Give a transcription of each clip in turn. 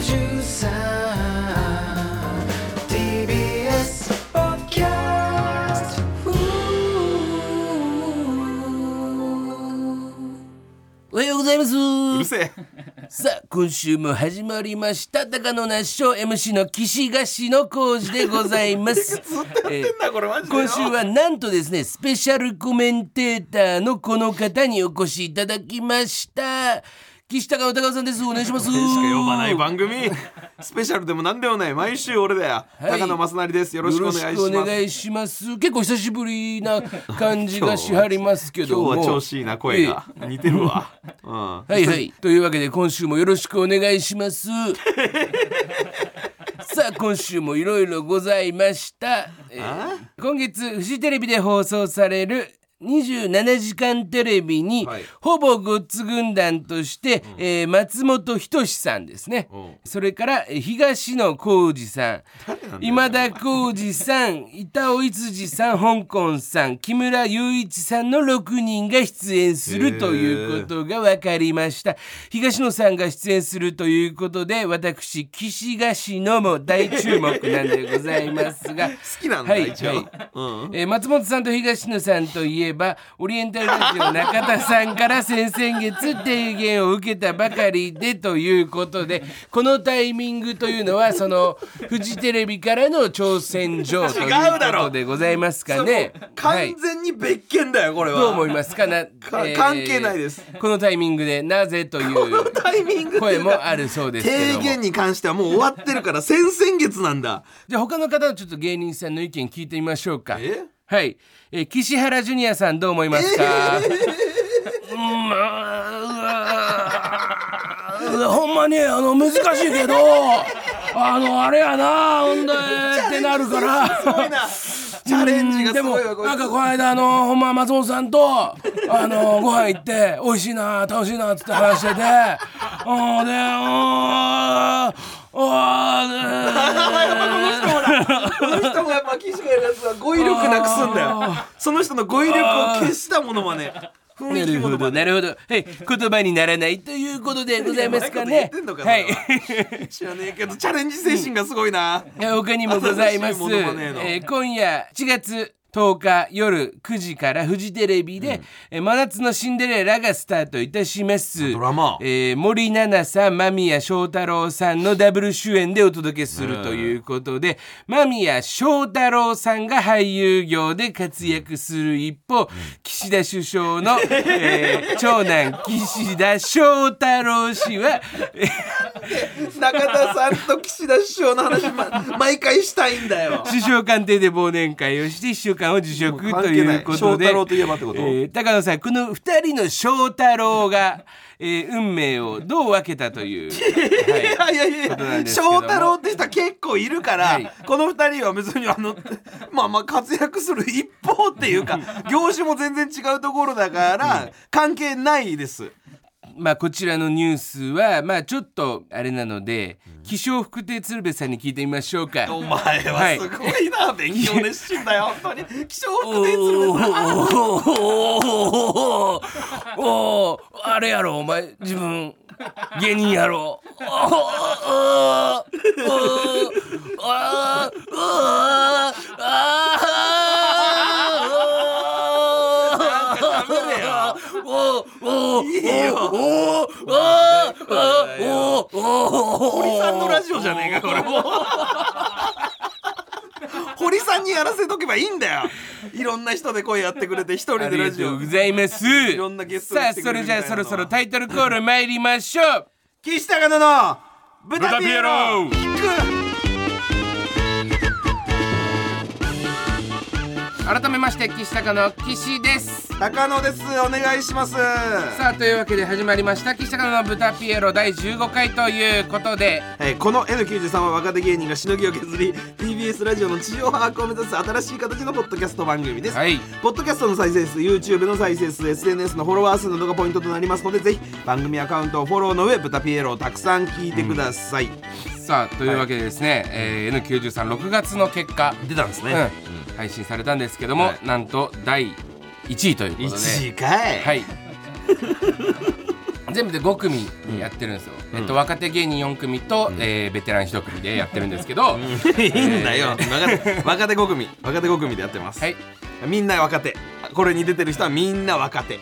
TBS ポッドキャスト。 おはようございます。 うるせえ。 さあ今週も始まりました高野那賞 MC の岸菓子の浩二でございますずっとやってんだこれマジでよ。 今週はなんとですねスペシャルコメンテーターのこの方にお越しいただきました。岸高野高尾さんです。お願いします。 しか呼ばない番組スペシャルでもなんでもない毎週俺だよ、 はい、 高野正成です。よろしくお願いします。 よろしくお願いします。結構久しぶりな感じがしはりますけども今日は調子いいな、声が似てるわ、うん、 はいはいというわけで今週もよろしくお願いしますさあ今週もいろいろございました、今月フジテレビで放送される27時間テレビに、はい、ほぼごっつ軍団として、松本人志さんですね、それから東野幸治さん、今田耕司さん、板尾逸司さん、香港さん、木村雄一さんの6人が出演するということが分かりました。東野さんが出演するということで私岸菓子のも大注目なんでございますが好きなんだ、 はい一応、 はい松本さんと東野さんといえばオリエンタルラジオ中田さんから先々月提言を受けたばかりでということで、このタイミングというのはそのフジテレビからの挑戦状ということでございますかね。 完全に別件だよこれは。 どう思いますか関係ないです。 このタイミングでなぜという声もあるそうですけども、 提言に関してはもう終わってるから先々月なんだ。 じゃあ他の方のちょっと芸人さんの意見聞いてみましょうか。はい、岸原ジュニアさんどう思いますか。ほんまに難しいけどあれやなほんでってなるからすごいなチャレンジがすごいわ。 でもなんかこの間ほんま松本さんとご飯行って美味しいな楽しいなっつって話しててこの人もやっぱ岸原がさ語彙力なくすんだよ。その人の語彙力を消したものまね。 なるほどなるほど、はい、言葉にならないということでございますかね。はい、 知らねえけどチャレンジ精神がすごいな。 他にもございます。今夜4月10日夜9時からフジテレビで、真夏のシンデレラがスタートいたします。 ドラマ、 森七菜さん間宮祥太朗さんのダブル主演でお届けするということで、間宮祥太朗さんが俳優業で活躍する一方、岸田首相の、長男岸田翔太郎氏は中田さんと岸田首相の話、毎回したいんだよ。 首相官邸で忘年会をして1週間を辞職ということで、 翔太郎といえばってこと、 高野さんこの2人の翔太郎が、運命をどう分けたという、 はい、いや翔太郎って人は結構いるから、はい、この2人は別にまあ活躍する一方っていうか業種も全然違うところだから関係ないです。 こちらのニュースはちょっとあれなので、気象福亭鶴瓶さんに聞いてみましょうか。 お前はすごいな、勉強熱心だよ本当に。気象福亭鶴瓶さんあれやろお前自分芸人やろ。 堀さんのラジオじゃねえかこれも。堀さんにやらせとけばいいんだよ。いろんな人で声やってくれて一人でラジオ。 ありがとうございます。いろんなゲストが来てくれるみたいな。 さあそれじゃあそろそろタイトルコール参りましょう。 岸高野の豚ピエロ。 改めまして岸高野岸です。 高野です。お願いします。 さあというわけで始まりました岸高野の豚ピエロ第15回ということで、 この N93 は若手芸人がしのぎを削り TBS ラジオの地上把握を目指す新しい形のポッドキャスト番組です、ポッドキャストの再生数 YouTube の再生数 SNS のフォロワー数などがポイントとなりますので、ぜひ番組アカウントをフォローの上豚ピエロをたくさん聞いてください、 さあというわけでですね、N936 月の結果出たんですね、 配信されたんですけども、なんと第1位ということで。 1位かい。 はい全部で5組やってるんですよ、若手芸人4組と、ベテラン1組でやってるんですけどいいんだよ、若手5組でやってます、はい、みんな若手、これに出てる人はみんな若手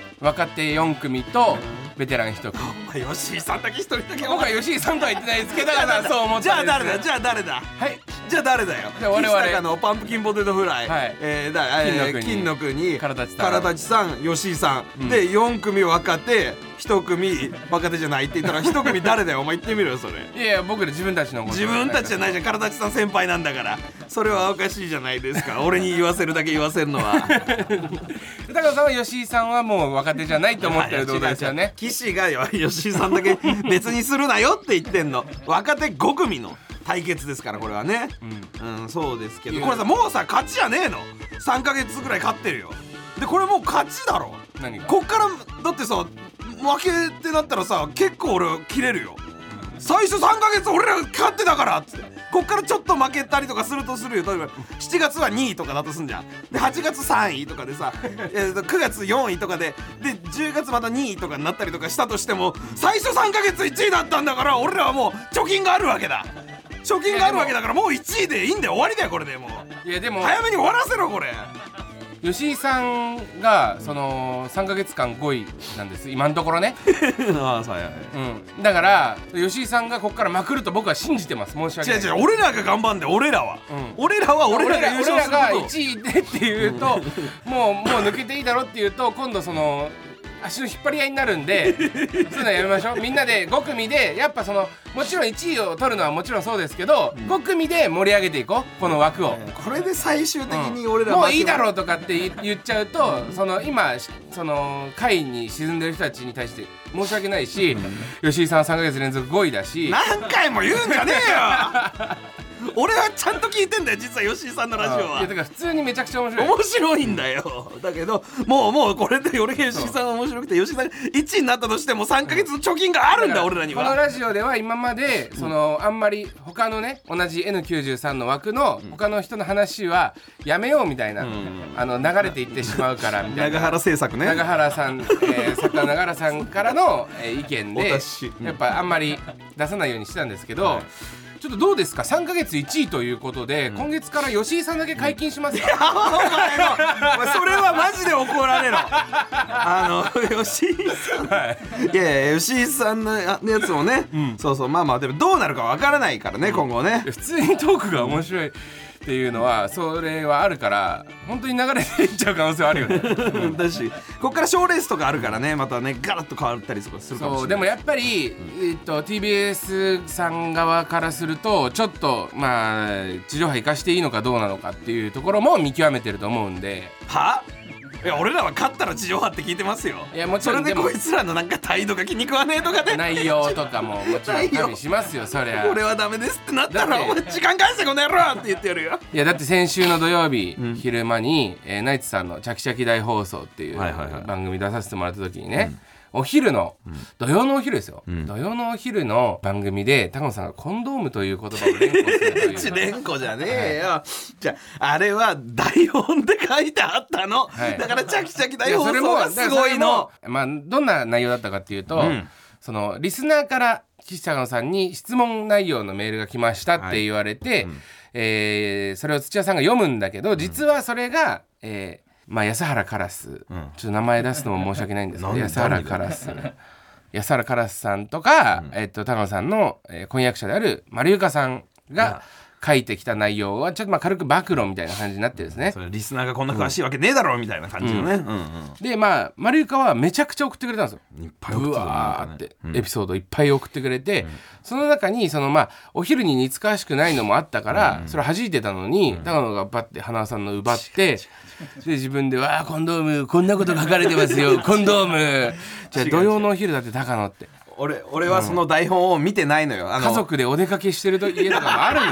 4組とベテラン1組。 お前吉井さんだけ1人だけ。 僕は吉井さんとは言ってないですけど、だからそう思ったんです。 じゃあ誰だはい、 じゃあ誰だよ。 我々 岸高のパンプキンポテトフライ、はい、金の国唐立さん吉井さん、で4組若手1組若手じゃないって言ったら1組誰だよお前言ってみろよそれ。 いや僕ら自分たちのこと。 自分たちじゃないじゃん、唐立さん先輩なんだから。それはおかしいじゃないですか。俺に言わせるだけ言わせるのは高野さんは吉井さんはもう若手じゃないと思ってるってことですよね。 岸が吉井さんだけ別にするなよって言ってんの。若手5組の対決ですからこれはね、そうですけど、これさもうさ勝ちじゃねえの。3ヶ月ぐらい勝ってるよ。でこれもう勝ちだろ。こっからだってさ負けってなったらさ結構俺切れるよ。最初3ヶ月俺ら勝ってたからっつって、こっからちょっと負けたりとかするとするよ。例えば7月は2位とかだとすんじゃん。で8月3位とかでさ9月4位とかで10月また2位とかになったりとかしたとしても、最初3ヶ月1位だったんだから、俺らはもう貯金があるわけだ。貯金があるわけだからもう1位でいいんだよ。終わりだよこれで。もういやでも早めに終わらせろこれ。 吉井さんがその3ヶ月間5位なんです今のところねああそうや、 だから吉井さんがここからまくると僕は信じてます。申し訳ない。 違う俺らが頑張んで。俺らが優勝すること。 俺らが1位でっていうともう抜けていいだろっていうと今度その足の引っ張り合いになるんでそういうのやめましょう。みんなで5組でやっぱそのもちろん1位を取るのはもちろんそうですけど、5組で盛り上げていこうこの枠を。 これで最終的に俺らもういいだろうとかって言っちゃうとその今その下位に沈んでる人たちに対して申し訳ないし、吉井さんは3ヶ月連続5位だし。 何回も言うんじゃねえよ俺はちゃんと聞いてんだよ実は吉井さんのラジオは。 いやだから普通にめちゃくちゃ面白い。 面白いんだよ。だけどもうこれで俺が吉井さんが面白くて吉井さんが1位になったとしても3ヶ月の貯金があるんだ俺らには。 このラジオでは今までそのあんまり他のね同じ N93 の枠の他の人の話はやめようみたいな流れていってしまうからみたいな。 長原製作ね。 長原さん作家の長原さんからの意見でやっぱあんまり出さないようにしてたんですけど、ちょっとどうですか3ヶ月1位ということで、今月から吉井さんだけ解禁しますか。 お前それはマジで怒られろ吉井さん、いや吉井さんのやつもね、そうまあでもどうなるかわからないからね、今後ね。 普通にトークが面白いっていうのはそれはあるから本当に流れていっちゃう可能性はあるよねだしこっから賞レースとかあるからね、またねガラッと変わったりとかするかもしれない。 そうでもやっぱり、TBS さん側からするとちょっとまあ地上波生かしていいのかどうなのかっていうところも見極めてると思うんで。 いや俺らは勝ったら地上波って聞いてますよ。 いやもちろんそれでこいつらのなんか態度が気に食わねえとかね、 内容とかももちろん加味しますよそりゃ。 これはダメですってなったらお前時間返せこの野郎って言ってやるよ。 いやだって先週の土曜日、昼間に、ナイツさんのチャキチャキ大放送っていう番組出させてもらった時にね、お昼の、土曜のお昼ですよ、土曜のお昼の番組で高野さんがコンドームという言葉を連呼するという連呼じゃねえよ、じゃあれは台本で書いてあったの、だからチャキチャキ大放送がすごいの。 まあどんな内容だったかっていうと、そのリスナーから岸高野さんに質問内容のメールが来ましたって言われて、それを土屋さんが読むんだけど、実はそれが、まあ安原カラス、ちょっと名前出すのも申し訳ないんですけど、安原カラスさんとか、高野さんの、婚約者である丸ゆかさんが書いてきた内容はちょっとまあ軽く暴露みたいな感じになってですね。 それリスナーがこんな詳しいわけねえだろみたいな感じのね。 でまあ丸ゆかはめちゃくちゃ送ってくれたんですよ。 いっぱい送ってくれたね。 うわーってエピソードいっぱい送ってくれて、その中にそのまあお昼に似つかわしくないのもあったから、それを弾いてたのに、高野がバッて花さんの奪って、で自分でわーコンドームこんなこと書かれてますよコンドーム。じゃあ土曜のお昼だって高野って。 俺はその台本を見てないのよ。 家族でお出かけしてる家とかもある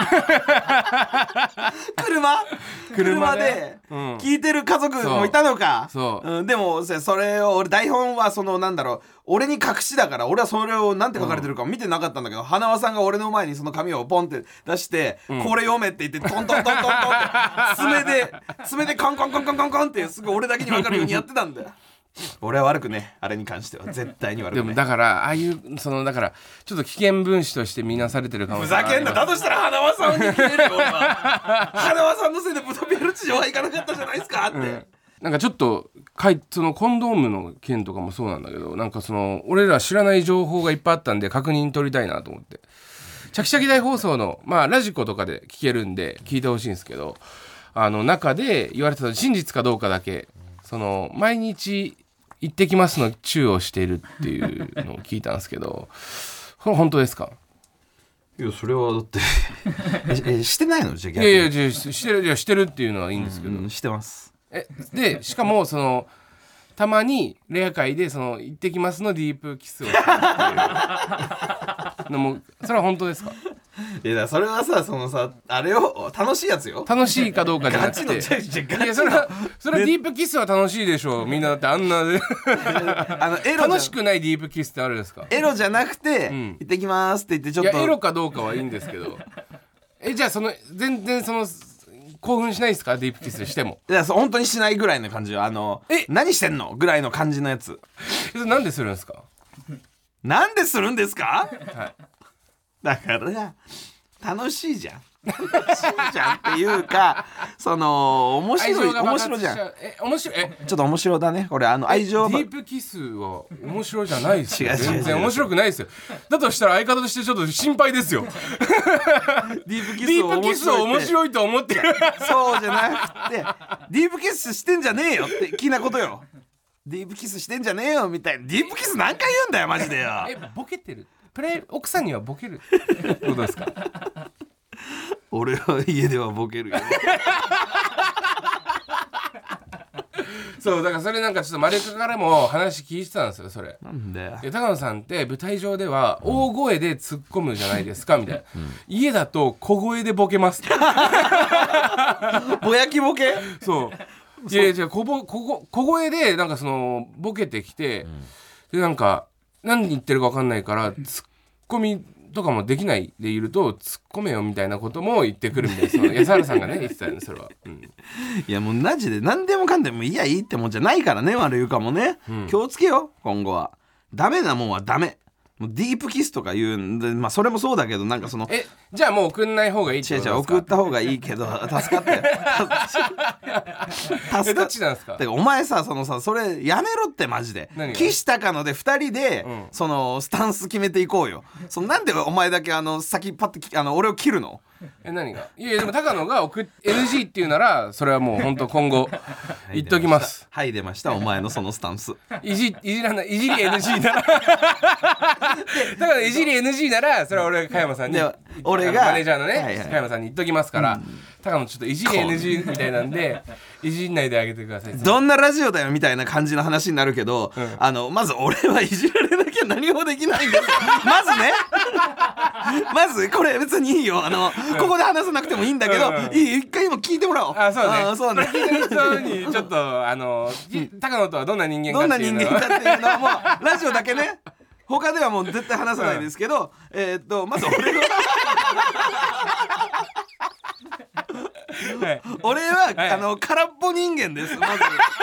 の車で聞いてる家族もいたのか。でもそれを俺台本はそのなんだろう、俺に隠しだから俺はそれをなんて書かれてるか見てなかったんだけど、花輪さんが俺の前にその紙をポンって出して、これ読めって言ってトントントントントンって爪でカンカンカンカンカンカンってすぐ俺だけに分かるようにやってたんだよ。 俺は悪くね、あれに関しては絶対に悪くね。 でもだからああいうだからちょっと危険分子として見なされてるかもしれない。 ふざけんな。だとしたら花輪さんに切れるよ俺は。花輪さんのせいでブタピエル地上はいかなかったじゃないですかって、 なんかちょっとそのコンドームの件とかもそうなんだけど、なんか俺ら知らない情報がいっぱいあったんで確認取りたいなと思って、チャキチャキ大放送のラジコとかで聞けるんで聞いてほしいんですけど、中で言われてた真実かどうかだけ、毎日行ってきますのチューをしているっていうのを聞いたんですけど、これ本当ですか？ いやそれはだってしてないの？じゃあ逆に。 いやしてるっていうのはいいんですけど、 してます。 でしかもたまにレア会で行ってきますのディープキスをするっていうのもそれは本当ですか？ いやそれはさあれを楽しいやつよ。 楽しいかどうかじゃなくて、いやそれはディープキスは楽しいでしょう。みんなだってあんなで楽しくないディープキスってあるんですか？ エロじゃなくて、行ってきますって言ってちょっと、 いやエロかどうかはいいんですけどじゃあ全然興奮しないですか？ディープキスしても。 いや本当にしないぐらいの感じよ。何してんのぐらいの感じのやつ。 なんでするんですか？ なんでするんですか？ はい、 だから楽しいじゃん楽しいじゃんっていうか面白いじゃん。面白いちょっと面白だねこれ愛情ディープキスは面白いじゃないですよ。 違う全然面白くないですよ。だとしたら相方としてちょっと心配ですよ。 ディープキスを面白いと思ってる。 そうじゃなくてディープキスしてんじゃねえよって気なことよ。ディープキスしてんじゃねえよみたいな。ディープキス何回言うんだよマジでよ。 ボケてる奥さんにはボケることですか？ 俺は家ではボケるよ。 そうだからそれなんかちょっとマリカからも話聞いてたんですよ。それなんだよ。 高野さんって舞台上では大声で突っ込むじゃないですかみたいな、家だと小声でボケますぼやきボケ。 そういやじゃあ小声でなんかボケてきて、でなんか何言ってるか分かんないからツッコミとかもできないでいると突っ込めよみたいなことも言ってくるみたいな。安原さんがね言ってたよねそれは、 いやもうマジで何でもかんでもいやいいってもんじゃないからね。悪いうかもね、気をつけよ今後は。ダメなもんはダメ。もうディープキスとか言うんで、それもそうだけどなんかじゃあもう送んない方がいいってことですか？ 送った方がいいけど助かったよ。 どっちなんですか？ だからお前さそれやめろってマジで。岸高野で2人で、スタンス決めていこうよ。なんでお前だけ先パッて俺を切るの？ 何が？いやでも高野がNG っていうならそれはもう本当今後言っときます。 はい出ましたお前のそのスタンス。 いじり NG ならだからいじり NG ならそれは俺が加山さんに俺がマネージャーのね加山さんに言っときますから、高野ちょっといじり NG みたいなんでいじんないであげてください。 どんなラジオだよみたいな感じの話になるけど、まず俺はいじられなきゃ何もできないんですまずねまずこれ別にいいよここで話さなくてもいいんだけど、一回も聞いてもらおう。 そうね聞いてる人にちょっと高野とはどんな人間かっていうのはもうラジオだけね他ではもう絶対話さないですけど、まず俺は空っぽ人間です。まずね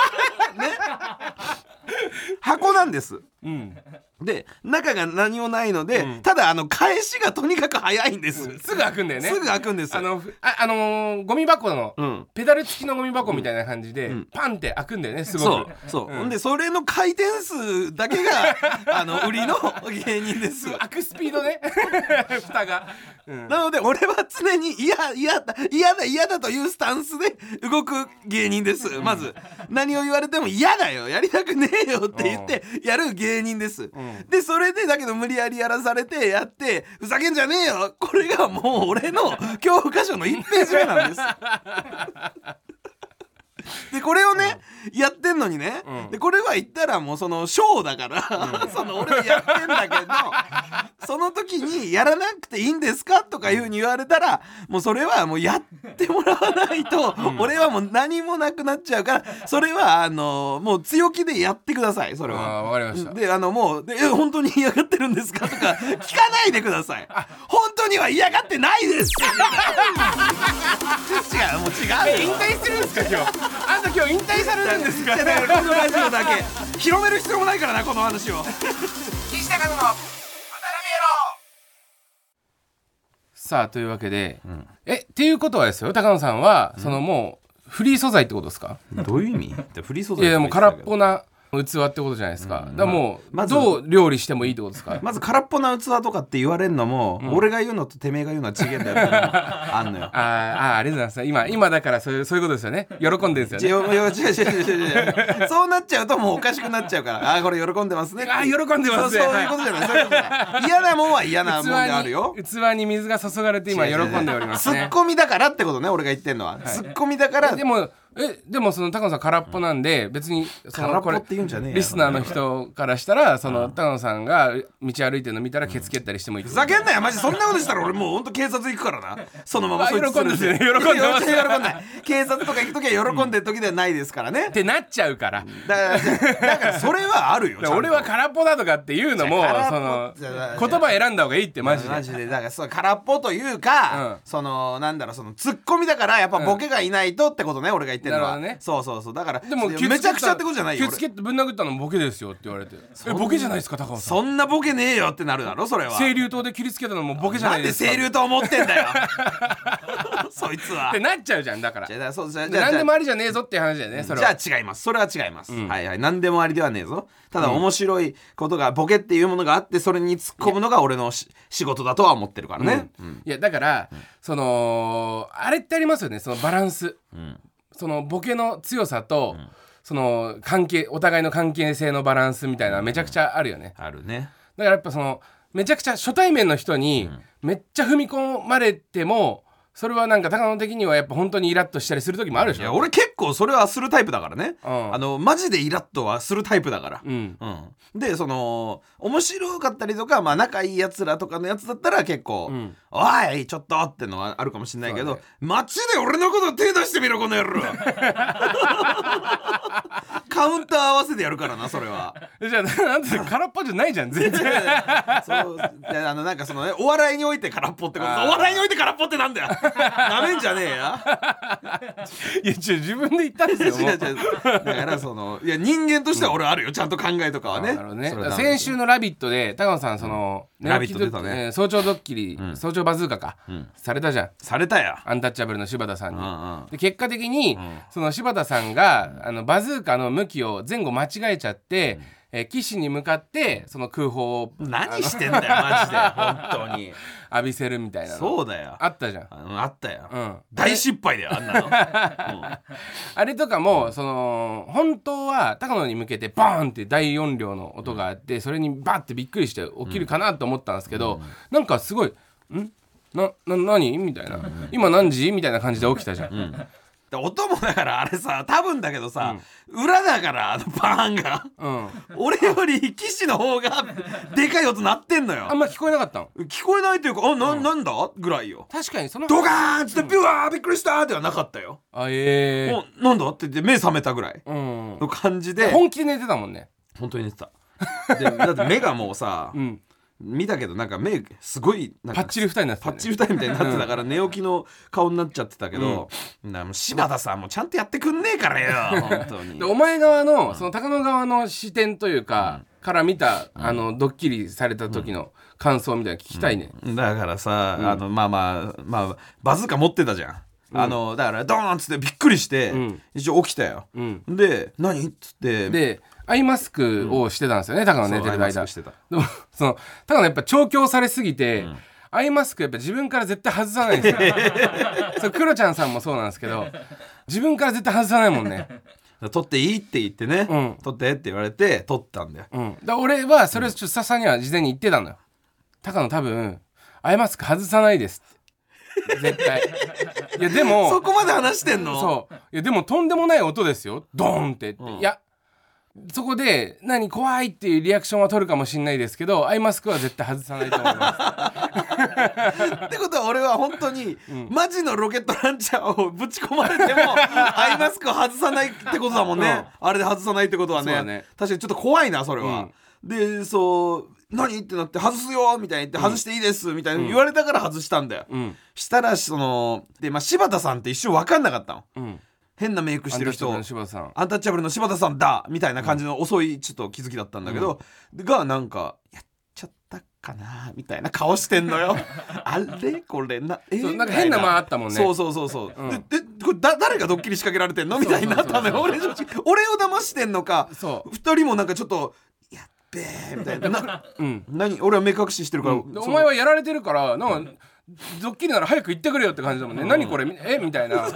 箱なんです、で中が何もないので、ただ返しがとにかく早いんです、 すぐ開くんだよね。 すぐ開くんです。 ゴミ箱の、ペダル付きのゴミ箱みたいな感じで、パンって開くんだよねすごく。 そうでそれの回転数だけが売りの芸人です。 開くスピードね蓋が、 なので俺は常に嫌だというスタンスで動く芸人です。まず何を言われても嫌だよやりたくねえよって言ってやる芸人です、でそれでだけど無理やりやらされてやってふざけんじゃねえよ、これがもう俺の教科書の1ページ目なんですでこれをね、やってんのにね、でこれは言ったらもうそのショーだから、俺はやってんだけどその時にやらなくていいんですかとかいう風に言われたら、もうそれはもうやってもらわないと、俺はもう何もなくなっちゃうから、それはもう強気でやってください。それはわかりました。 でもう本当に嫌がってるんですかとか聞かないでください。本当ドには嫌がってないです違う、もう違う引退するんですか今日あんた今日引退されるんですかこのラジオだけ広める必要もないからな、この話を。 岸高野の渡辺野郎。さあというわけで、っていうことはですよ、高野さんは、そのもうフリー素材ってことですか？ どういう意味？フリー素材。 いやもう空っぽな器ってことじゃないですか。だからもう、どう料理してもいいってことですか？ まず空っぽな器とかって言われるのも、俺が言うのとてめえが言うのは違えんだよあんのよ。 ありがとうございます。今だからそういうことですよね。喜んでるんですよね。 違うそうなっちゃうともうおかしくなっちゃうから、これ喜んでますね。 喜んでますね。 そういうことじゃない。そういうことじゃない。嫌なもんは嫌なもんであるよ。 器に水が注がれて今喜んでおりますね。 ツッコミだからってことね、俺が言ってんのは。ツッコミだから。 でもその高野さん空っぽなんで、別にそのこれリスナーの人からしたら、その高野さんが道歩いてるの見たらケツ蹴ったりしてもいい。 ふざけんなよマジ。そんなことしたら俺もうほんと警察行くからな。そのまま喜んでますよね。喜んでます。 喜んない。警察とか行くときは喜んでる時ではないですからね。 ってなっちゃうから。 だからそれはあるよ。 俺は空っぽだとかっていうのも、その言葉選んだ方がいいってマジで。 だからそう空っぽというか、そのなんだろう、そのツッコミだからやっぱボケがいないとってことね、俺が言ってるのは。そうだからでもめちゃくちゃってことじゃないよ。 ケツ蹴ってぶん殴ったのボケですよって言われて、ボケじゃないですか高野さん。 そんなボケねえよってなるだろそれは。 清流刀で切りつけたのもボケじゃないですか。 なんで清流刀持ってんだよそいつはってなっちゃうじゃん。だからじゃあ何でもありじゃねえぞっていう話だよね。それはじゃあ違います。それは違います、はいはい、何でもありではねえぞ。ただ面白いことが、ボケっていうものがあって、それに突っ込むのが俺の仕事だとは思ってるからね。 いやだから、そのあれってありますよね、そのバランス、そのボケの強さと、その関係、お互いの関係性のバランスみたいなめちゃくちゃあるよね。 あるね。 だからやっぱそのめちゃくちゃ初対面の人にめっちゃ踏み込まれても、それはなんか高野的にはやっぱ本当にイラッとしたりする時もあるでしょ。 いや俺結構それはするタイプだからね、マジでイラッとはするタイプだから、でその面白かったりとか、仲いいやつらとかのやつだったら結構、おいちょっとってのはあるかもしれないけど、街で俺のこと手出してみろこの野郎カウンター合わせてやるからなそれは。 じゃあなんで空っぽじゃないじゃん全然そうなんかそのね、お笑いにおいて空っぽってこと。お笑いにおいて空っぽってなんだよなめんじゃねえやいや自分で言ったんですよ。 だからそのいや人間としては俺あるよ、ちゃんと考えとかはね。 先週の「ラビット!」で高野さんそのラビット出たね、 早朝ドッキリ、早朝バズーカか、されたじゃん。 されたやアンタッチャブルの柴田さんに。で結果的に、その柴田さんがバズーカの向きを前後間違えちゃって、岸に向かってその空砲を何してんだよマジで本当に浴びせるみたいなの。 そうだよ、 あったじゃん。 あったよ、大失敗だよあんなのあれとかもその本当は高野に向けてバーンって大音量の音があって、それにバッてびっくりして起きるかなと思ったんですけど、なんかすごい何みたいな、今何時みたいな感じで起きたじゃん。 音もだからあれさ、多分だけどさ、裏だからバーンが、俺より岸の方がでかい音鳴ってんのよ。 あんま聞こえなかったの？ 聞こえないというか、なんだぐらいよ。 確かにそのドカーンってビュワーびっくりしたではなかったよ。なんだって言って目覚めたぐらいの感じで、 本気で寝てたもんね。 本当に寝てただって目がもうさ、見たけどなんか目すごいなんかパッチリ二重になってた、 パッチリ二重みたいになってたから寝起きの顔になっちゃってたけど、柴田さんもちゃんとやってくんねえからよ本当に。 でお前側のその高野側の視点というか、から見たドッキリされた時の感想みたいな聞きたいね。 だからさ、バズーカ持ってたじゃん。だからドーンっつってびっくりして、一応起きたよ。で何っつってでアイマスクをしてたんですよね、高野寝てる間。でもその高野やっぱ調教されすぎて、アイマスクやっぱ自分から絶対外さないんですよそうクロちゃんさんもそうなんですけど、自分から絶対外さないもんね。 取っていいって言ってね、取ってって言われて取ったんだよ。 だ俺はそれをちょっとスタッフさんには事前に言ってたのよ。高野多分アイマスク外さないですって絶対いやでもそこまで話してんの？ そういやでもとんでもない音ですよドーンってって、いやそこで何怖いっていうリアクションは取るかもしれないですけど、アイマスクは絶対外さないと思いますってことは俺は本当に、マジのロケットランチャーをぶち込まれてもアイマスクを外さないってことだもんね、あれで外さないってことは ね確かにちょっと怖いなそれは、でそう何ってなって外すよみたいに言って外していいですみたいに言われたから外したんだよ、したらで、柴田さんって一瞬分かんなかったの、変なメイクしてる人アンタッチャブルの柴田さんだみたいな感じの遅いちょっと気づきだったんだけど、がなんかやっちゃったかなみたいな顔してんのよあれこれなんか変な間あったもんね。 そう、でこれ誰がドッキリ仕掛けられてんのみたいになったのよ。俺を騙してんのか、2人もなんかちょっとやっべーみたいな何俺は目隠ししてるから、 お前はやられてるからなんかドッキリなら早く言ってくれよって感じだもんね、何これみたいな。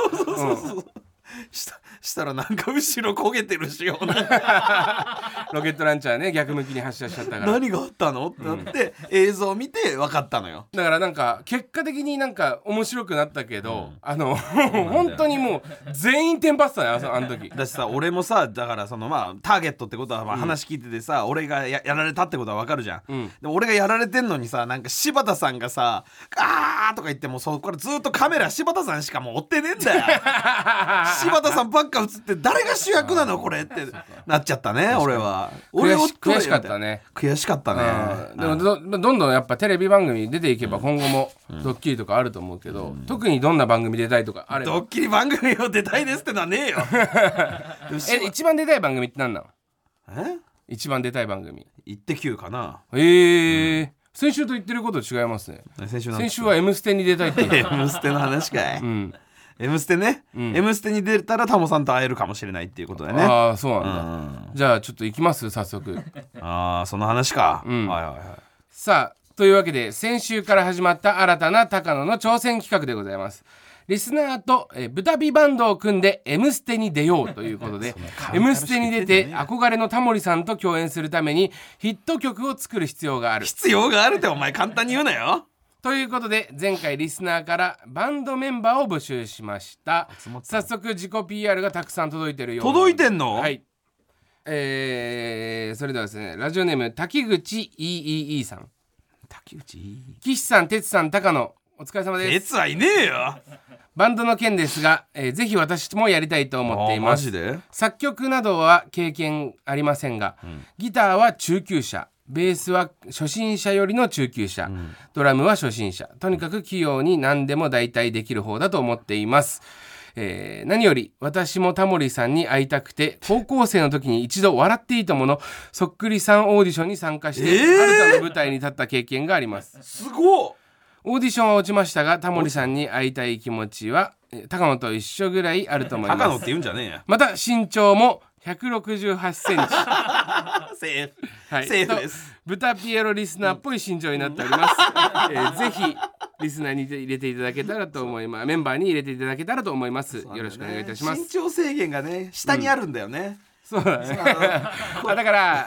したらなんか後ろ焦げてるしよロケットランチャーね逆向きに発射しちゃったから何があったのってなって映像見て分かったのよ。 だからなんか結果的になんか面白くなったけど、本当にもう全員テンパってたねあの時。 だしさ俺もさだからターゲットってことは話聞いててさ、俺が やられたってことは分かるじゃん、でも俺がやられてんのにさなんか柴田さんがさあーとか言ってもそこからずっとカメラ柴田さんしかもう追ってねえんだよ柴田さんばっか映って誰が主役なのこれってなっちゃったね。俺は悔しかったね。 悔しかったね。 でもどんどんやっぱテレビ番組出ていけば今後もドッキリとかあると思うけど、特にどんな番組出たいとかあれば。 ドッキリ番組を出たいですってのはねえよ一番出たい番組って何なの？一番出たい番組イッテ Q かな。 先週と言ってること違いますね。 先週は M ステに出たいって M ステの話かい、M ステね、M ステに出たらタモさんと会えるかもしれないっていうことだよね。 ああそうなんだ、じゃあちょっと行きます早速。 ああその話か、 さあというわけで先週から始まった新たな高野の挑戦企画でございます。リスナーと豚美バンドを組んで M ステに出ようということでM ステに出て憧れのタモリさんと共演するためにヒット曲を作る必要があるってお前簡単に言うなよ。 ということで前回リスナーからバンドメンバーを募集しました。早速自己 PR がたくさん届いてるような。 届いてんの？ はい、それではですねラジオネーム滝口 EEE さん。 滝口岸さん哲さん高野お疲れ様です。 哲はいねえよ。 バンドの件ですが、ぜひ私もやりたいと思っています。 マジで？ 作曲などは経験ありませんが、ギターは中級者、ベースは初心者よりの中級者、ドラムは初心者、とにかく器用に何でも代替できる方だと思っています。何より私もタモリさんに会いたくて高校生の時に一度笑っていいとものそっくりさんオーディションに参加して、春田の舞台に立った経験があります。 すごっ。 オーディションは落ちましたがタモリさんに会いたい気持ちは高野と一緒ぐらいあると思います。 高野って言うんじゃねえや。 また身長も168センチセーフです。 豚ピエロリスナーっぽい身長になっております、ぜひリスナーに入れていただけたらと思います。メンバーに入れていただけたらと思います、よろしくお願いいたします。 身長制限がね下にあるんだよね、 そうだねだから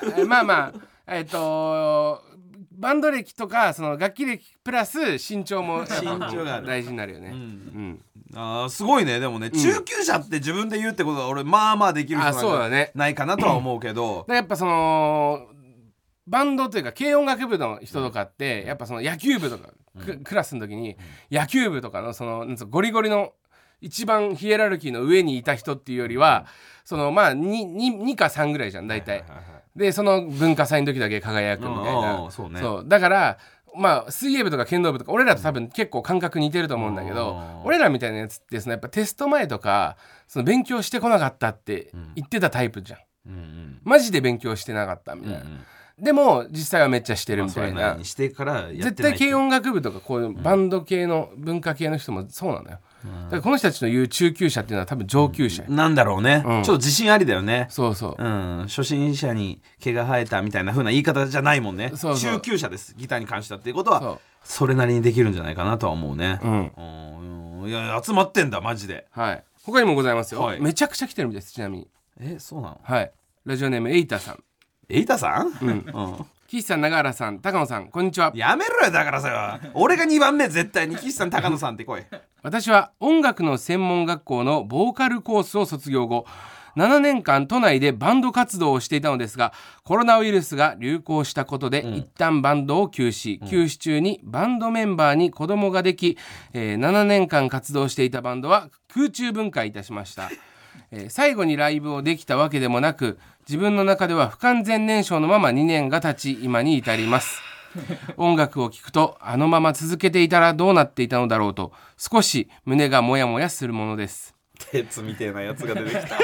バンド歴とかその楽器歴プラス身長も大事になるよね。 あすごいね。でもね、中級者って自分で言うってことは俺まあまあできる人なんじゃないかなとは思うけど、 やっぱそのバンドというか軽音楽部の人とかって、やっぱその野球部とか、クラスの時に野球部とかのそのゴリゴリの一番ヒエラルキーの上にいた人っていうよりはそのまあ 2か3ぐらいじゃん大体、でその文化祭の時だけ輝くみたいな、そうだからまあ水泳部とか剣道部とか俺らと多分結構感覚似てると思うんだけど、俺らみたいなやつってそのやっぱテスト前とかその勉強してこなかったって言ってたタイプじゃん、マジで勉強してなかったみたいな、でも実際はめっちゃしてるみたいな、 してからやってない絶対軽音楽部とかこういうバンド系の文化系の人もそうなのよ。だからこの人たちの言う中級者っていうのは多分上級者、 なんだろうね、ちょっと自信ありだよね。 そうそう、 初心者に毛が生えたみたいな風な言い方じゃないもんね。 そうそう中級者ですギターに関してはっていうことはそれなりにできるんじゃないかなとは思うね。いや集まってんだマジで。 他にもございますよ、めちゃくちゃ来てるんです。ちなみにそうなの？ ラジオネームエイタさん。 エイタさん？ 岸さん永原さん高野さんこんにちは。 やめろよだからさ俺が2番目絶対に岸さん高野さんって来い私は音楽の専門学校のボーカルコースを卒業後7年間都内でバンド活動をしていたのですがコロナウイルスが流行したことで一旦バンドを休止、休止中にバンドメンバーに子供ができ、7年間活動していたバンドは空中分解いたしました。 最後にライブをできたわけでもなく、自分の中では不完全燃焼のまま2年が経ち、今に至ります音楽を聴くと、あのまま続けていたらどうなっていたのだろうと、少し胸がモヤモヤするものです。 鉄みたいなやつが出てきた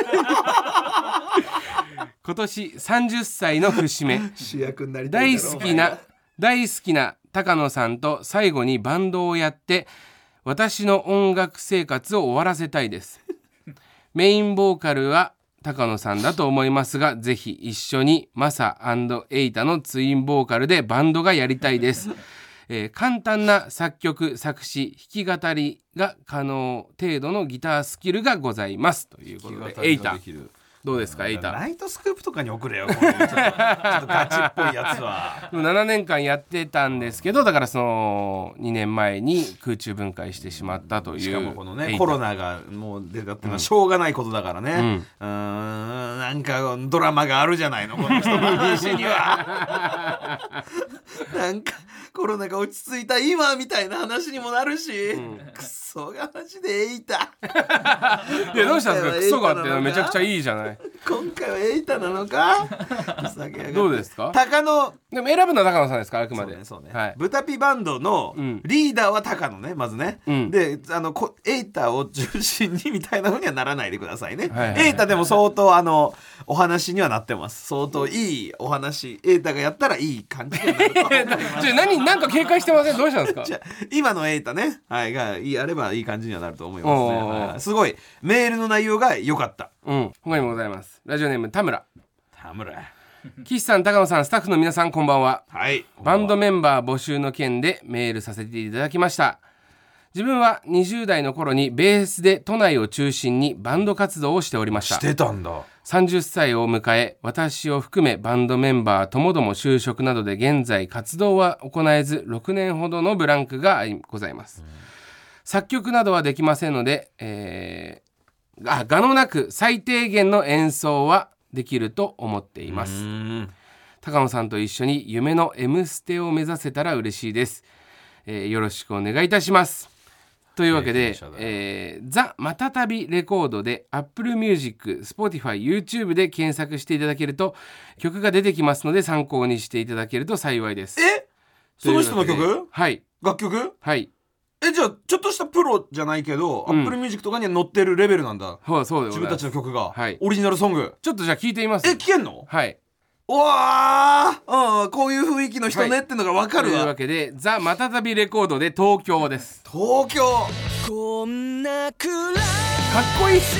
今年30歳の節目主役になりたい大好きな高野さんと最後にバンドをやって、私の音楽生活を終わらせたいですメインボーカルは高野さんだと思いますが、ぜひ一緒にマサ&エイタのツインボーカルでバンドがやりたいです、簡単な作曲作詞弾き語りが可能程度のギタースキルがございますということで、エイタどうですか？エイタナイトスクープとかに送れよ、こういうちょっとガチっぽいやつは 7年間やってたんですけど、だからその2年前に空中分解してしまったという。 しかもこのねコロナがもう出たっていうのはしょうがないことだからね、なんかドラマがあるじゃないの、この人の話にはなんかコロナが落ち着いた今みたいな話にもなるし、クソがマジでエイタいやどうしたんですか？クソがっていうのはめちゃくちゃいいじゃない。 今回はエイタなのかどうですか？ 高野でも選ぶのは高野さんですか？あくまでそうね、 はい、 ブタピバンドのリーダーは高野ね、まずね、でエイタを中心にみたいな風にはならないでくださいね、エイタでも相当お話にはなってます。相当いいお話、エイタがやったらいい感じになると思いますじゃあなんか警戒してません？どうしたんですか？ じゃ今のエイタね、はいがやればいい感じにはなると思いますね、はい、すごいメールの内容が良かった。 他にもございます。ラジオネーム田村岸さん、高野さん、スタッフの皆さん、こんばんは。 はい、 バンドメンバー募集の件でメールさせていただきました。自分は20代の頃にベースで都内を中心にバンド活動をしておりました。 してたんだ。 30歳を迎え、私を含めバンドメンバーともども就職などで現在活動は行えず、6年ほどのブランクがございます。作曲などはできませんので、我のなく最低限の演奏はできると思っています。高野さんと一緒に夢の M ステを目指せたら嬉しいです、よろしくお願いいたします。というわけで、ザ・またたびレコードで Apple Music、Spotify、YouTube で検索していただけると曲が出てきますので、参考にしていただけると幸いです。 その人の曲？ はい。 楽曲？ はい。 じゃあちょっとしたプロじゃないけど、Apple Music とかには載ってるレベルなんだ。 そうで自分たちの曲が、 はい、 オリジナルソング。 ちょっとじゃあ聞いてみます。 聞けんの？ はい。 うわー、こういう雰囲気の人ねってのが分かるわ。 というわけでザ・またたびレコードで東京です。 東京こんなくらいかっこいい。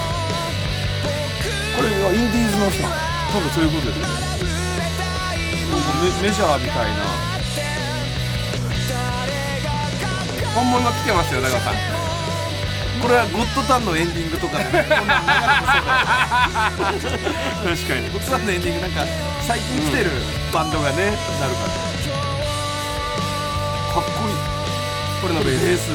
これはインディーズの人なの？ 多分そういうことですね。 メジャーみたいな本物来てますよ、高野さん。 これはゴッドタンのエンディングとかで、ね、こんなん流れてそうだよ確かにゴッドタンのエンディングなんか最近来てるバンドがね、なるからかっこいい。 これのベース。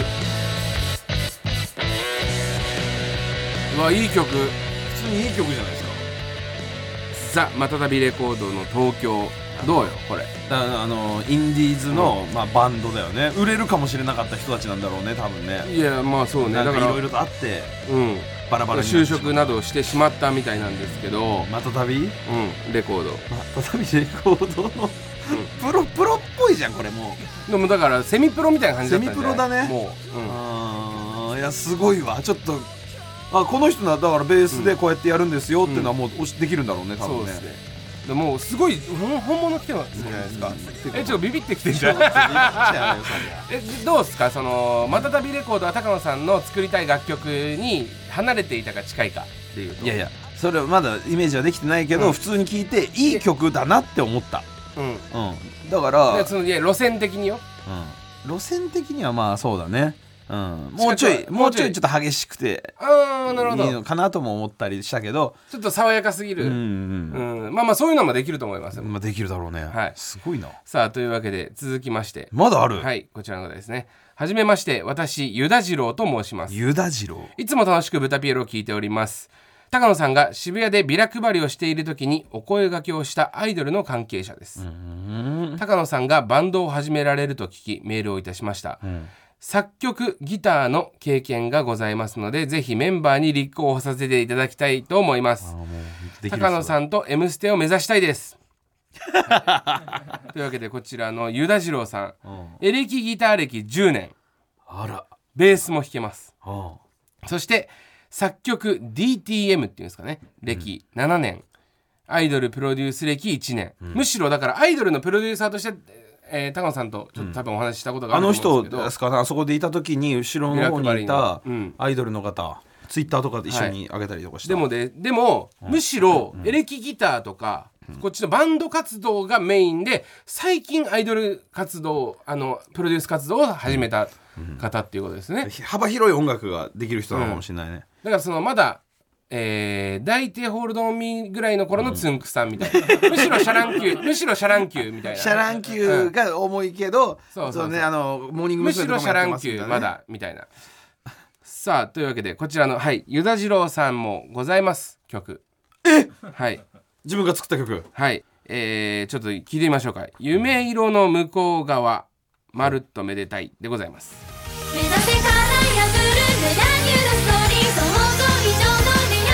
うわ、いい曲。 普通にいい曲じゃないですか。 ザ・またたびレコードの東京。どうよこれ。 インディーズの、バンドだよね。売れるかもしれなかった人たちなんだろうね、多分ね。 いや、まあそうね。 なんかいろいろとあって、バラバラに就職などしてしまったみたいなんですけど、 またたび、 レコード、 またたびレコードのプロっぽいじゃんこれ。もうでもだからセミプロみたいな感じだったんじゃない？セミプロだね。もう、いやすごいわ。ちょっとこの人だからベースでこうやってやるんですよっていうのはもうできるんだろうね、多分ね。そうですね。もうすごい本物来てますじゃないですか。ちょっとビビってきてるじゃんどうですか、そのまたたびレコードは高野さんの作りたい楽曲に離れていたか近いかっていうと。いやそれはまだイメージはできてないけど、普通に聴いていい曲だなって思った。だからその路線的によ、 路線的にはまあそうだね。もうちょいちょっと激しくていいのかなとも思ったりしたけど、 ちょっと爽やかすぎる。まあそういうのもできると思います。 できるだろうね。 はい、 すごいな。 さあというわけで続きまして、 まだある。 はい、こちらの方ですね。はじめまして、私ユダ次郎と申します。 ユダ次郎。 いつも楽しくブタピエロを聞いております。高野さんが渋谷でビラ配りをしている時にお声掛けをしたアイドルの関係者です。高野さんがバンドを始められると聞きメールをいたしました。 作曲ギターの経験がございますので、ぜひメンバーに立候補させていただきたいと思います。高野さんと M ステを目指したいですというわけで、こちらのユダジローさん、エレキギター歴10年、 あら、 ベースも弾けます。そして作曲 DTM っていうんですかね、歴7年、アイドルプロデュース歴1年、むしろだからアイドルのプロデューサーとして高野さんとちょっと多分お話ししたことがあると思うんですけど、 あの人ですかね、あそこでいた時に後ろの方にいたアイドルの方、ツイッターとかで一緒に上げたりとかした、 でも、むしろエレキギターとか、こっちのバンド活動がメインで、最近アイドル活動、プロデュース活動を始めた方っていうことですね。 幅広い音楽ができる人なのかもしれないね。 だからそのまだ抱いてホールドオンミーぐらいの頃のつんくさんみたいな、むしろシャラン級みたいな、 シャラン級が重いけど、 そうね、 モーニングむしろシャランますみたいなね、 級まだみたいな。さあ、というわけでこちらのユダジローさんもございます曲。はい、 自分が作った曲。 はい、ちょっと聞いてみましょうか。夢色の向こう側、まるっとめでたいでございます。 目指せ叶い破るメダニューなストーリー、想像以上の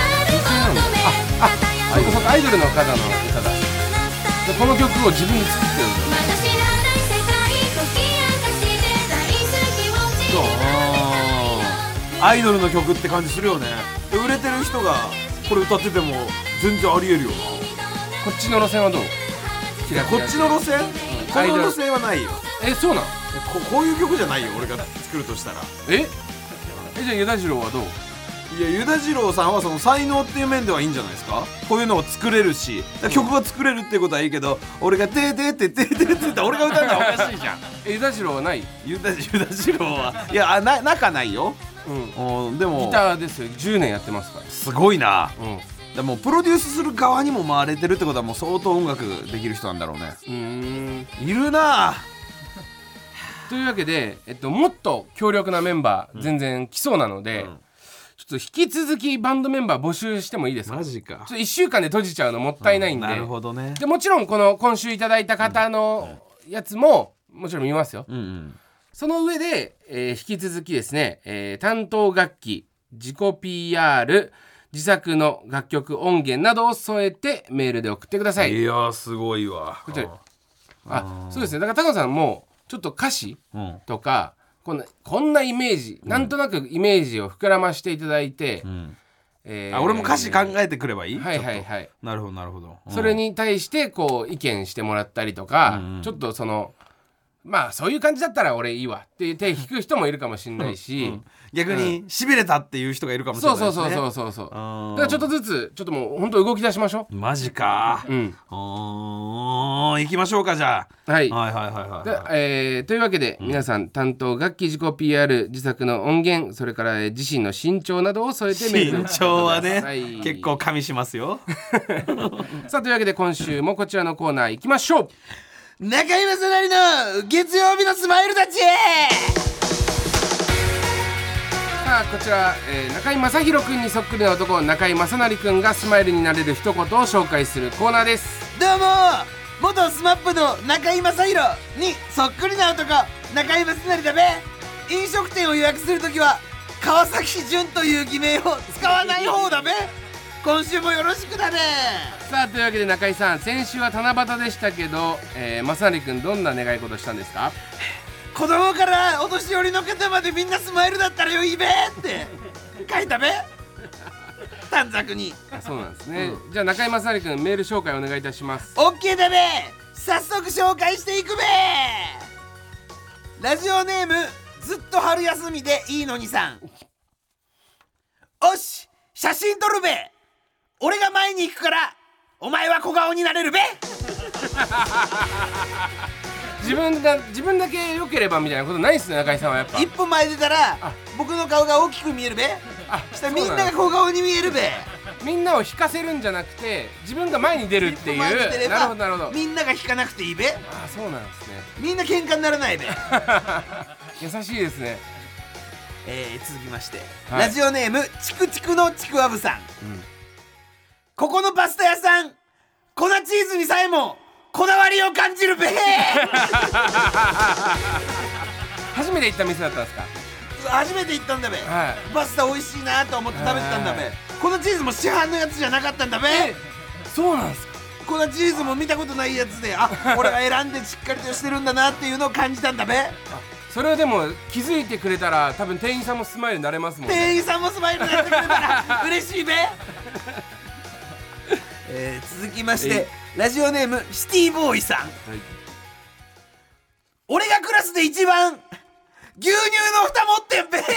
アイドルの方の歌だ。でこの曲を自分で作ってるの。 まだ知らない世界解き明かして大好き気持ちそうアイドルの曲って感じするよね。売れてる人がこれ歌ってても全然ありえるよな。 こっちの路線はどう？ こっちの路線、この路線はないよ。 そうなん？ こういう曲じゃないよ、俺が作るとしたら。 じゃあユダジローはどう？ いや、ユダジローさんはその才能っていう面ではいいんじゃないですか。こういうのを作れるし、曲が作れるっていうことはいいけど、俺がてーてーてーてーてーてーって俺が歌うのはおかしいじゃん。 ユダジローはない？ ユダジローはいや、仲ないよ。でもギターですよ、10年やってますから。 すごいな。でもプロデュースする側にも回れてるってことはもう相当音楽できる人なんだろうね。いるな。 というわけで、もっと強力なメンバー全然来そうなので、ちょっと引き続きバンドメンバー募集してもいいですか？ マジか。 ちょっと1週間で閉じちゃうのもったいないんで。 なるほどね。 でもちろんこの今週いただいた方のやつももちろん見ますよ。その上で、引き続きですね、担当楽器、自己 PR、自作の楽曲音源などを添えてメールで送ってください。 いや、すごいわ。 そうですね。だから高野さんもちょっと歌詞とか、こんなイメージ、なんとなくイメージを膨らましていただいて、 俺も歌詞考えてくればいい？ はいはいはい。 なるほどなるほど。 それに対してこう意見してもらったりとか、ちょっとそのまあそういう感じだったら俺いいわって手引く人もいるかもしれないし、 逆にしびれたっていう人がいるかもしれないですね。 そうだからちょっとずつちょっともう本当動き出しましょう。 マジか。行きましょうか、じゃあ。はいというわけで、皆さん担当楽器、自己 PR、自作の音源、それから自身の身長などを添えてメール。 身長はね、結構加味しますよ。 さあ、というわけで今週もこちらのコーナー行きましょう。 中居正成の月曜日のスマイルたち。 さあ、こちら、中居正広くんにそっくりな男、中居正成くんがスマイルになれる一言を紹介するコーナーです。 どうも、元スマップの中居正広にそっくりな男、中居正成だべ。飲食店を予約するときは川崎潤という偽名を使わない方だべ。今週もよろしくだべ。 さあ、というわけで中居さん、先週は七夕でしたけど、正成くんどんな願い事したんですか？ 子供からお年寄りの方までみんなスマイルだったらよいべって書いたべ。短冊に。 そうなんですね。じゃあ中居正成くん、メール紹介お願いいたします。 オッケーだべ。早速紹介していくべ。ラジオネームずっと春休みでいいのにさん。おし、写真撮るべ。俺が前に行くからお前は小顔になれるべ。 自分だけ良ければみたいなことないっすね、中居さんは。やっぱ一歩前出たら僕の顔が大きく見えるべ。したらみんなが小顔に見えるべ。 みんなを引かせるんじゃなくて自分が前に出るっていう。なるほどなるほど。 みんなが引かなくていいべ。 そうなんですね。 みんな喧嘩にならないべ。 優しいですね。 続きまして、ラジオネームチクチクのちくわぶさん。ここのパスタ屋さん、粉チーズにさえもこだわりを感じるべ。 初めて行った店だったんですか？ 初めて行ったんだべ、 はい、 パスタ美味しいなと思って食べてたんだべ。このチーズも市販のやつじゃなかったんだべ。 そうなんですか？ このチーズも見たことないやつで、あ、俺が選んでしっかりとしてるんだなっていうのを感じたんだべ。 それをでも気づいてくれたら多分店員さんもスマイルになれますもんね。 店員さんもスマイルになってくれたら嬉しいべ。続きましてラジオネームシティボーイさん、はい、俺がクラスで一番牛乳の蓋持ってんべ。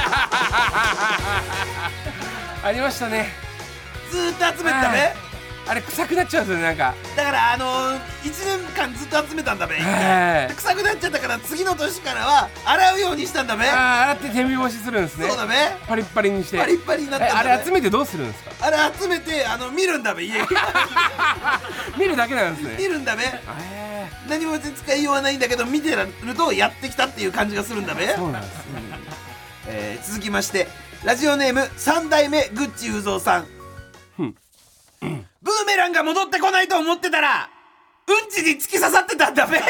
ありましたね。 ずーっと集めてたべ。 あれ臭くなっちゃうんですよね、なんか。 だから1年間ずっと集めたんだべ。臭くなっちゃったから次の年からは洗うようにしたんだべ。 洗って天日干しするんですね。 そうだべ。 パリッパリにしてパリッパリになったんだべ。 あれ集めてどうするんですか？ あれ集めて見るんだべ、家見るだけなんですね。 見るんだべ。何も別に使いようはないんだけど、見てるとやってきたっていう感じがするんだべ。 そうなんですね。 続きましてラジオネーム3代目グッチ雄三さん、ブーメランが戻ってこないと思ってたらうんちに突き刺さってたんだべ。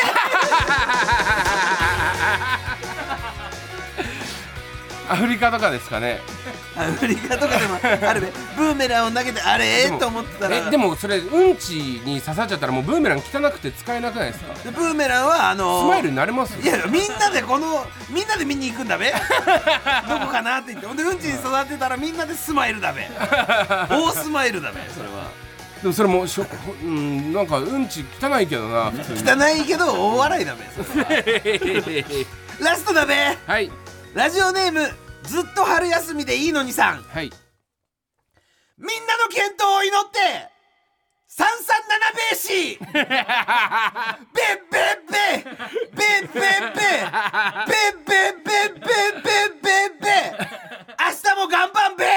アフリカとかですかね。 アフリカとかでもあるべ。ブーメランを投げてあれと思ってたら、 でもそれうんちに刺さっちゃったらもうブーメラン汚くて使えなくないですか？ ブーメランはスマイルになれますよ。 いやみんなで見に行くんだべ。どこかなって言って、ほんでうんちに刺さってたらみんなでスマイルだべ。大スマイルだべ。それはでもそれもなんかうんち汚いけどな。 汚いけど大笑いだべ。ラストだべ。 はい、 ラジオネームずっと春休みでいいのにさん、 はい、 みんなの健闘を祈って337ベーシーベッベッベッベッベッベッベッベッベッベッベッベッベッ明日も頑張んべ。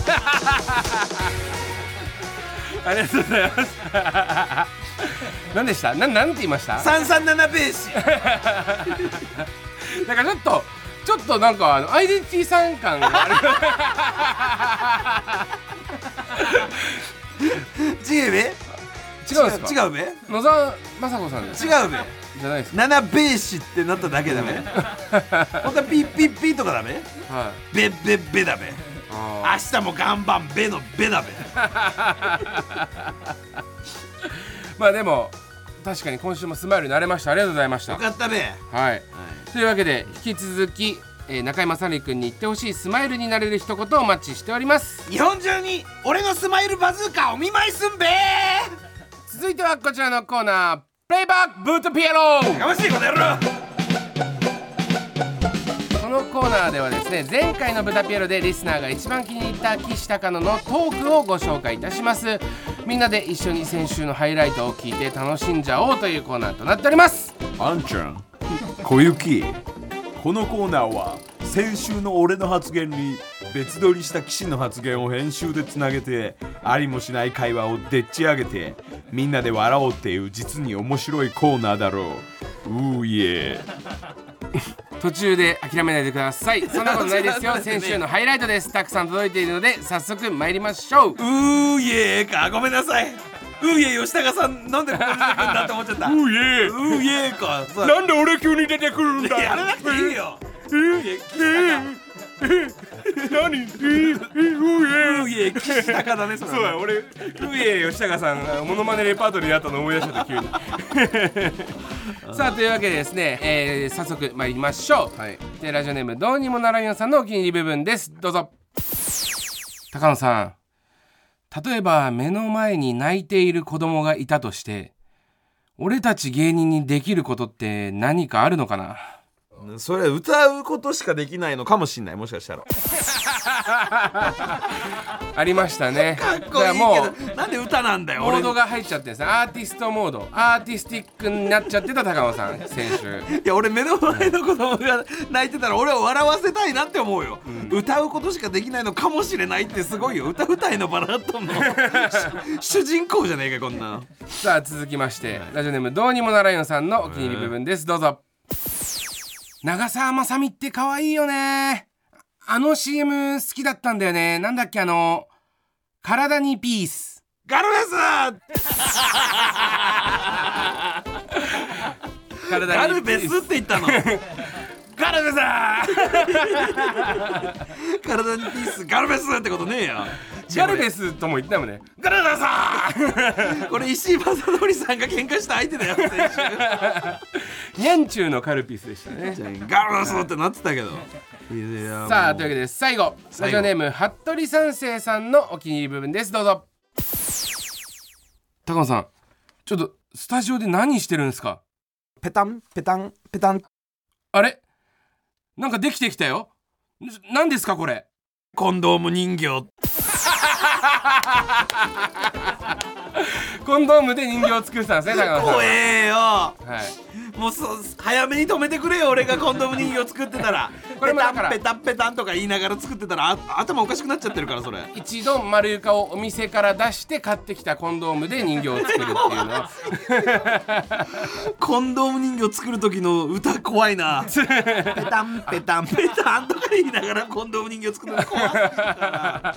ありがとうございます。何でした？なんて言いました？ 337ベーシー。 なんかちょっとなんかアイデンティティさん感がある。 違うべ。 違うんですか？ 違うべ。 野沢雅子さんです。 違うべ。 じゃないですか。7ベーシってなっただけだべ。本当はピッピッピとかだべ。 はい。 ベッベッベだべ。明日も頑張んべのベだべ。 まあでも確かに今週もスマイルになれました。ありがとうございました。 よかったべ。 はい。というわけで引き続き、中山さりくんに言ってほしいスマイルになれる一言をお待ちしております。 日本中に俺のスマイルバズーカお見舞いすんべ。 続いてはこちらのコーナー、プレイバックブートピエロ。 やましいことやろ。 このコーナーではですね、前回のブタピエロでリスナーが一番気に入った岸高野のトークをご紹介いたします。みんなで一緒に先週のハイライトを聞いて楽しんじゃおうというコーナーとなっております。 あんちゃん、小雪、このコーナーは先週の俺の発言に別撮りした岸の発言を編集でつなげて、ありもしない会話をでっち上げてみんなで笑おうっていう実に面白いコーナーだろう。いえ途中で諦めないでください。そんなことないですよ。先週のハイライトです。たくさん届いているので早速参りましょう。 いえか、ごめんなさい。吉高さんなんでここに出てくるんだって思っちゃった。いえか、 なんで俺急に出てくるんだ。 やらなくていいよ。 何？ 岸高だね。そうだ、俺吉高さんモノマネレパートリーやったの思い出しちゃった急に。さあというわけでですね、早速参りましょう。はい、でラジオネームどうにもならんよさんのお気に入り部分です。どうぞ。高野さん、例えば目の前に泣いている子供がいたとして、俺たち芸人にできることって何かあるのかな。 それ歌うことしかできないのかもしんない。もしかしたらありましたね。 かっこいいけどなんで歌なんだよ。 モードが入っちゃってですね、アーティストモード、アーティスティックになっちゃってた高野さん先週。 いや俺目の前の子供が泣いてたら俺は笑わせたいなって思うよ、歌うことしかできないのかもしれないってすごいよ。歌うたいのバラットの主人公じゃねえかこんな。 さあ続きまして、ラジオネームどうにもならんよさんのお気に入り部分です。どうぞ。長澤まさみって可愛いよね。あの CM 好きだったんだよね。なんだっけ、体にピース。 ガルベスガルベスって言ったの。ガルラベサ体にピースガルベスってことねえよ。 ガルベスとも言ったもんね。ガルベサこれ石井正則さんが喧嘩した相手だよ先週。 ニャンチューのカルピスでしたね。 ガルベスってなってたけど。 さあというわけで最後ラジオネーム服部三世さんのお気に入り部分です。どうぞ。高野さんちょっとスタジオで何してるんですか。 ペタンペタンペタン。 あれなんかできてきたよ。何ですかこれ。 コンドーム人形。 コンドームで人形を作ってたんですね高野さん。 怖えよ、 はい、 もう早めに止めてくれよ。俺がコンドーム人形を作ってたらこれもだからペタンペタンペタンとか言いながら作ってたら頭おかしくなっちゃってるから。それ一度丸床をお店から出して買ってきたコンドームで人形を作るっていうのはコンドーム人形作る時の歌怖いな。ペタンペタンペタンとか言いながらコンドーム人形作るの怖すぎるから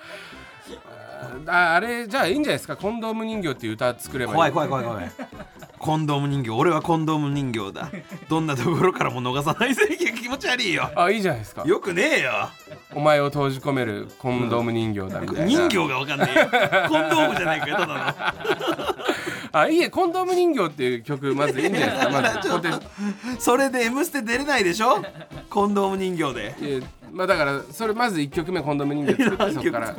あれじゃあいいんじゃないですか。コンドーム人形っていう歌作ればいい。 怖い怖い怖い怖い。コンドーム人形、俺はコンドーム人形だ。どんなところからも逃さないぜ。気持ち悪いよ。 あ、いいじゃないですか。 よくねえよ。 お前を閉じ込めるコンドーム人形だみたいな。 人形がわかんねえよ。コンドームじゃないかよただの。 あ、いいえ、コンドーム人形っていう曲まずいいんじゃないですか。まずそれで M ステ出れないでしょ。コンドーム人形で。 まあだからそれまず1曲目コンドーム人形作ってそこから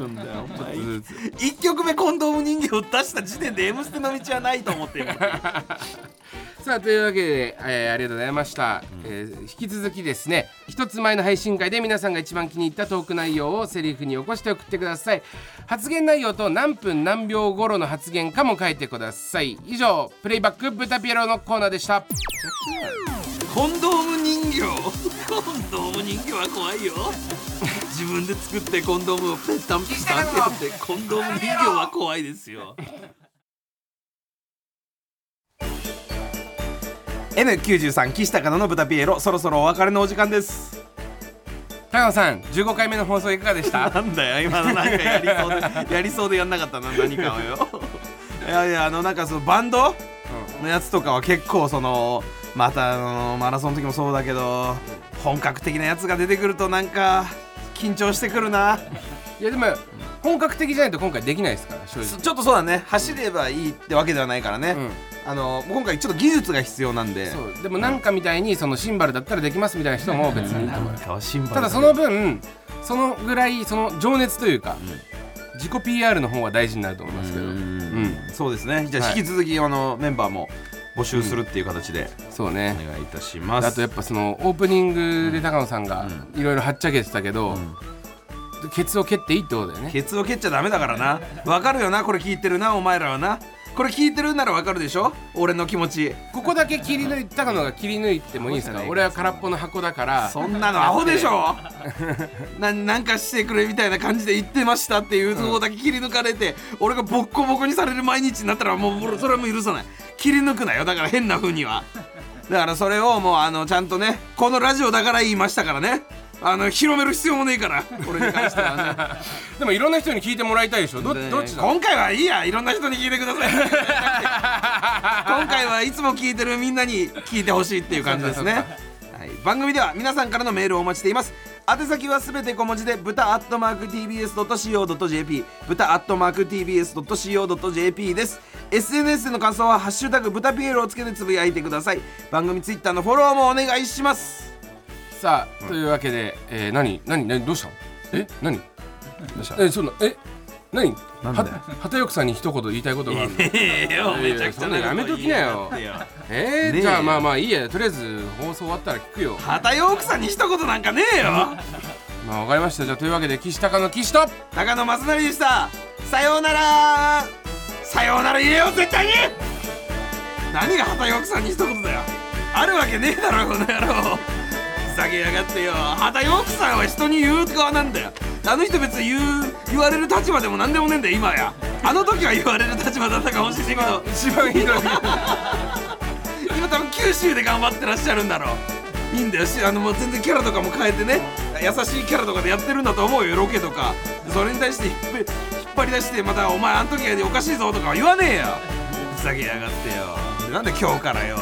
1曲目コンドーム人形を出した時点で M ステの道はないと思っている。 さあというわけで、ありがとうございました、引き続きですね一つ前の配信会で皆さんが一番気に入ったトーク内容をセリフに起こして送ってください。発言内容と何分何秒頃の発言かも書いてください。以上プレイバックブタピエロのコーナーでした。 コンドーム人形コンドーム人形は怖いよ。自分で作ってコンドームをペッタンペッタンってやってコンドーム人形は怖いですよ。N93 岸高野のブタピエロ、そろそろお別れのお時間です。 高野さん15回目の放送いかがでしたなんだよ今のなんかやりそうでやんなかったな何かをよ。いやなんかそのバンドのやつとかは結構そのまたマラソンの時もそうだけど本格的なやつが出てくるとなんか緊張してくるな。 いやでも本格的じゃないと今回できないですから正直。 ちょっとそうだね、走ればいいってわけではないからね、今回ちょっと技術が必要なんで。 そうでもなんかみたいにそのシンバルだったらできますみたいな人も別にいいと思う。ただそのの分そのぐらいその情熱というか、自己 PR の方は大事になると思いますけど。 そうですね。じゃあ引き続きメンバーも募集するっていう形でそうねお願いいたします。 あとやっぱそのオープニングで高野さんがいろいろはっちゃけてたけど、ケツを蹴っていいってことだよね。 ケツを蹴っちゃダメだからな。わかるよなこれ聞いてるなお前らはな。これ聞いてるならわかるでしょ俺の気持ち。 ここだけ切り抜いて高野が切り抜いてもいいですか。俺は空っぽの箱だから。 そんなのアホでしょ。なんかしてくれみたいな感じで言ってましたっていうところだけ切り抜かれて、俺がボッコボコにされる毎日になったらもうそれはもう許さない。切り抜くなよだから変な風には。だからそれをもうちゃんとねこのラジオだから言いましたからね。広める必要もねえから俺に関してはね。 でもいろんな人に聞いてもらいたいでしょ。どっちだ。 今回はいいや、いろんな人に聞いてください。今回はいつも聞いてるみんなに聞いてほしいっていう感じですね。はい、番組では皆さんからのメールをお待ちしています。宛先はすべて小文字で豚@tbs.co.jp 豚@tbs.co.jp です。 SNS での感想はハッシュタグ豚ピエロをつけてつぶやいてください。番組ツイッターのフォローもお願いします。 さあというわけで、何どうしたの。何どうしたそんな何畑翼さんに一言言いたいことがあるの。 めちゃくちゃなやめときなよ。じゃあまあいいや、とりあえず放送終わったら聞くよ。 畑翼さんに一言なんかねえよ。 まあわかりました。じゃあというわけで岸高の岸と高野正成でした。さようなら。さようなら言えよ絶対に。何が畑翼さんに一言だよ。あるわけねえだろこの野郎。ふざけやがってよ。畑翼さんは人に言う側なんだよ。あの人別に言われる立場でも何でもねえんだよ今や。あの時は言われる立場だったかもしれないけど一番ひどい。 今多分九州で頑張ってらっしゃるんだろう。いいんだよもう全然キャラとかも変えてね優しいキャラとかでやってるんだと思うよロケとか。それに対して引っ張り出してまたお前あの時おかしいぞとかは言わねえよ。ふざけやがってよ。なんで今日からよ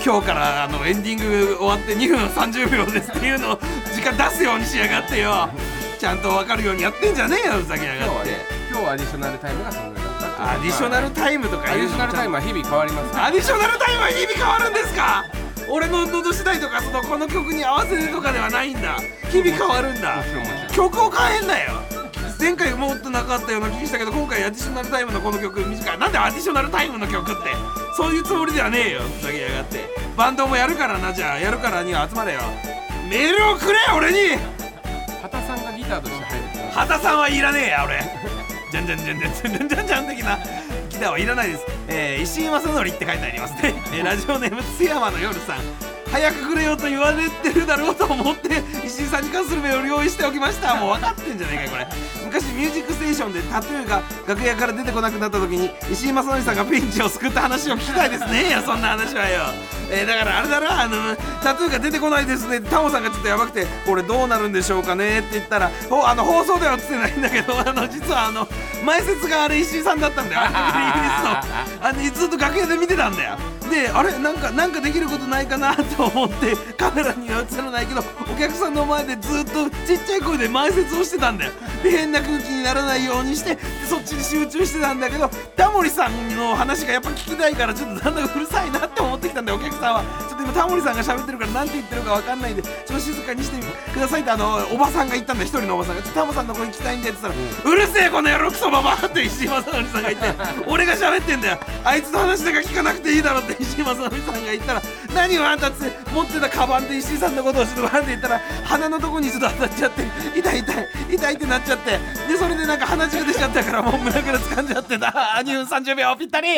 今日からエンディング終わって2分30秒ですっていうのを時間出すようにしやがってよ。ちゃんと分かるようにやってんじゃねえよふざけやがって。 今日はアディショナルタイムがそのぐらいだった。 アディショナルタイムとかアディショナルタイムは日々変わります。 アディショナルタイムは日々変わるんですか。俺の喉次第とかこの曲に合わせるとかではないんだ。日々変わるんだ。曲を変えんなよ。前回もっとなかったような気がしたけど、今回アディショナルタイムのこの曲短い。なんでアディショナルタイムの曲って、そういうつもりではねえよふざけやがって。バンドもやるからな。じゃあやるからには集まれよ。メールをくれ俺に。 畑さんがギターとして入る。 畑さんはいらねえや俺。じゃんじゃんじゃんじゃんじゃんじゃんじゃん的なギターはいらないです。石井正則って書いてありますね。ラジオネーム津山の夜さん。早くくれよと言われてるだろうと思って石井さんに関するメールを用意しておきました。もう分かってんじゃねえかよこれ。昔ミュージックステーションでタトゥーが楽屋から出てこなくなった時に石井正則さんがピンチを救った話を聞きたいですね。いやそんな話はよ。だからあれだろ、タトゥーが出てこないですね。タモさんがちょっとやばくてこれどうなるんでしょうかねって言ったら、放送では映ってないんだけど実は前説があれ石井さんだったんだよ。イギリスのずっと楽屋で見てたんだよ。であれなんかできることないかなと思ってカメラには映らないけどお客さんの前でずっとちっちゃい声で前説をしてたんだよ。で変な空気にならないようにしてそっちに集中してたんだけど、タモリさんの話がやっぱ聞きたいからちょっとだんだんうるさいなって思ってきたんだよお客さんは。ちょっと今タモリさんが喋ってるから何て言ってるか分かんないんでちょっと静かにしてくださいっておばさんが言ったんだ。一人のおばさんがタモさんの声聞きたいんでって言ったら、うるせえこの野郎クソババアって石井正則さんが言って俺が喋ってんだよあいつの話だから聞かなくていいだろって石井正則さんが言ったら、何をあんたって持ってたカバンで石井さんのことをちょっとバンって言ったら鼻のとこにちょっと当たっちゃって痛いってなっちゃって、でそれでなんか鼻血が出ちゃったからもう胸ぐら掴んじゃってた。2分30秒ぴったり。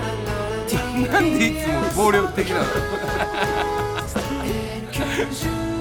なんでいつも暴力的なの